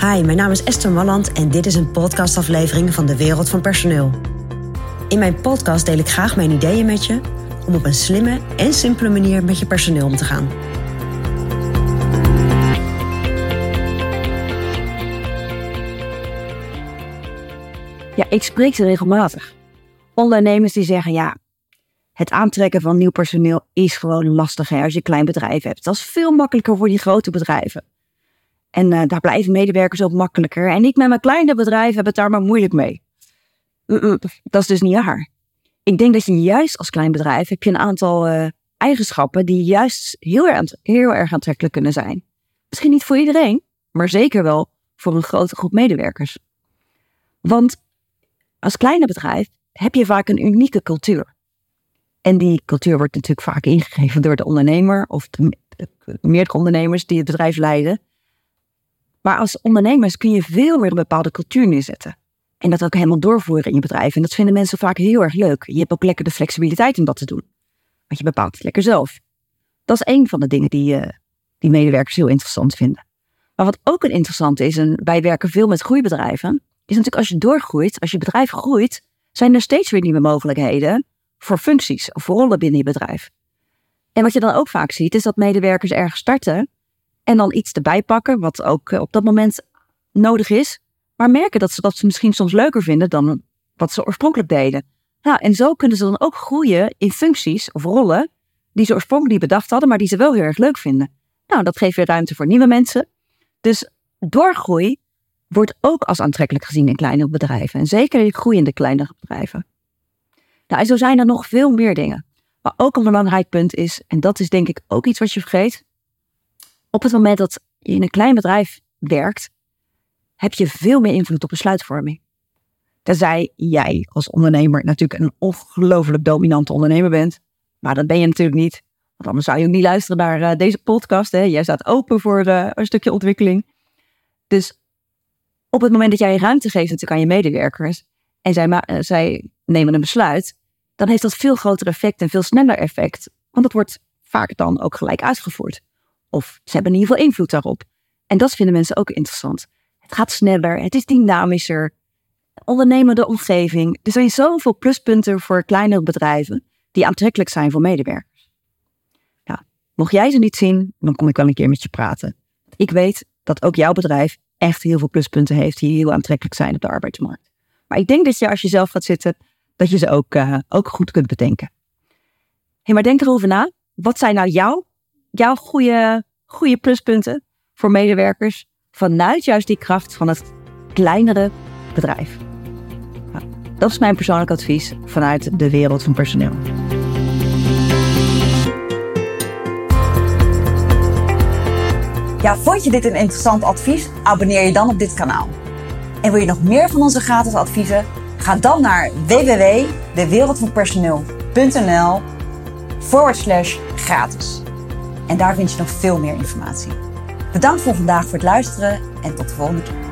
Hi, mijn naam is Esther Malland en dit is een podcastaflevering van de Wereld van Personeel. In mijn podcast deel ik graag mijn ideeën met je om op een slimme en simpele manier met je personeel om te gaan. Ja, ik spreek ze regelmatig. Ondernemers die zeggen, het aantrekken van nieuw personeel is gewoon lastig als je een klein bedrijf hebt. Dat is veel makkelijker voor die grote bedrijven. En daar blijven medewerkers ook makkelijker. En ik met mijn kleine bedrijf heb het daar maar moeilijk mee. Dat is dus niet waar. Ik denk dat je juist als klein bedrijf heb je een aantal eigenschappen die juist heel erg aantrekkelijk kunnen zijn. Misschien niet voor iedereen, maar zeker wel voor een grote groep medewerkers. Want als kleine bedrijf heb je vaak een unieke cultuur. En die cultuur wordt natuurlijk vaak ingegeven door de ondernemer of de meerdere ondernemers die het bedrijf leiden. Maar als ondernemers kun je veel meer een bepaalde cultuur neerzetten. En dat ook helemaal doorvoeren in je bedrijf. En dat vinden mensen vaak heel erg leuk. Je hebt ook lekker de flexibiliteit om dat te doen. Want je bepaalt het lekker zelf. Dat is één van de dingen die medewerkers heel interessant vinden. Maar wat ook een interessant is, en wij werken veel met groeibedrijven, is natuurlijk als je doorgroeit, als je bedrijf groeit, zijn er steeds weer nieuwe mogelijkheden voor functies of voor rollen binnen je bedrijf. En wat je dan ook vaak ziet, is dat medewerkers ergens starten en dan iets erbij pakken, wat ook op dat moment nodig is, maar merken dat ze misschien soms leuker vinden dan wat ze oorspronkelijk deden. Nou, en zo kunnen ze dan ook groeien in functies of rollen die ze oorspronkelijk niet bedacht hadden, maar die ze wel heel erg leuk vinden. Nou, dat geeft weer ruimte voor nieuwe mensen. Dus doorgroei wordt ook als aantrekkelijk gezien in kleinere bedrijven. En zeker in groeiende kleinere bedrijven. Nou, en zo zijn er nog veel meer dingen. Maar ook een belangrijk punt is, en dat is denk ik ook iets wat je vergeet. Op het moment dat je in een klein bedrijf werkt, heb je veel meer invloed op besluitvorming. Tenzij jij als ondernemer natuurlijk een ongelooflijk dominante ondernemer bent. Maar dat ben je natuurlijk niet. Want anders zou je ook niet luisteren naar deze podcast. Hè? Jij staat open voor een stukje ontwikkeling. Dus op het moment dat jij ruimte geeft natuurlijk aan je medewerkers en zij nemen een besluit, dan heeft dat veel groter effect en veel sneller effect. Want dat wordt vaak dan ook gelijk uitgevoerd. Of ze hebben in ieder geval invloed daarop. En dat vinden mensen ook interessant. Het gaat sneller, het is dynamischer, ondernemende omgeving. Dus er zijn zoveel pluspunten voor kleinere bedrijven die aantrekkelijk zijn voor medewerkers. Ja, mocht jij ze niet zien, dan kom ik wel een keer met je praten. Ik weet dat ook jouw bedrijf echt heel veel pluspunten heeft die heel aantrekkelijk zijn op de arbeidsmarkt. Maar ik denk dat je als je zelf gaat zitten, dat je ze ook goed kunt bedenken. Maar denk erover na. Wat zijn nou jouw goede pluspunten voor medewerkers vanuit juist die kracht van het kleinere bedrijf? Nou, dat is mijn persoonlijk advies vanuit de wereld van personeel. Ja, vond je dit een interessant advies? Abonneer je dan op dit kanaal. En wil je nog meer van onze gratis adviezen? Ga dan naar www.dewereldvanpersoneel.nl/gratis. En daar vind je nog veel meer informatie. Bedankt voor vandaag voor het luisteren en tot de volgende keer.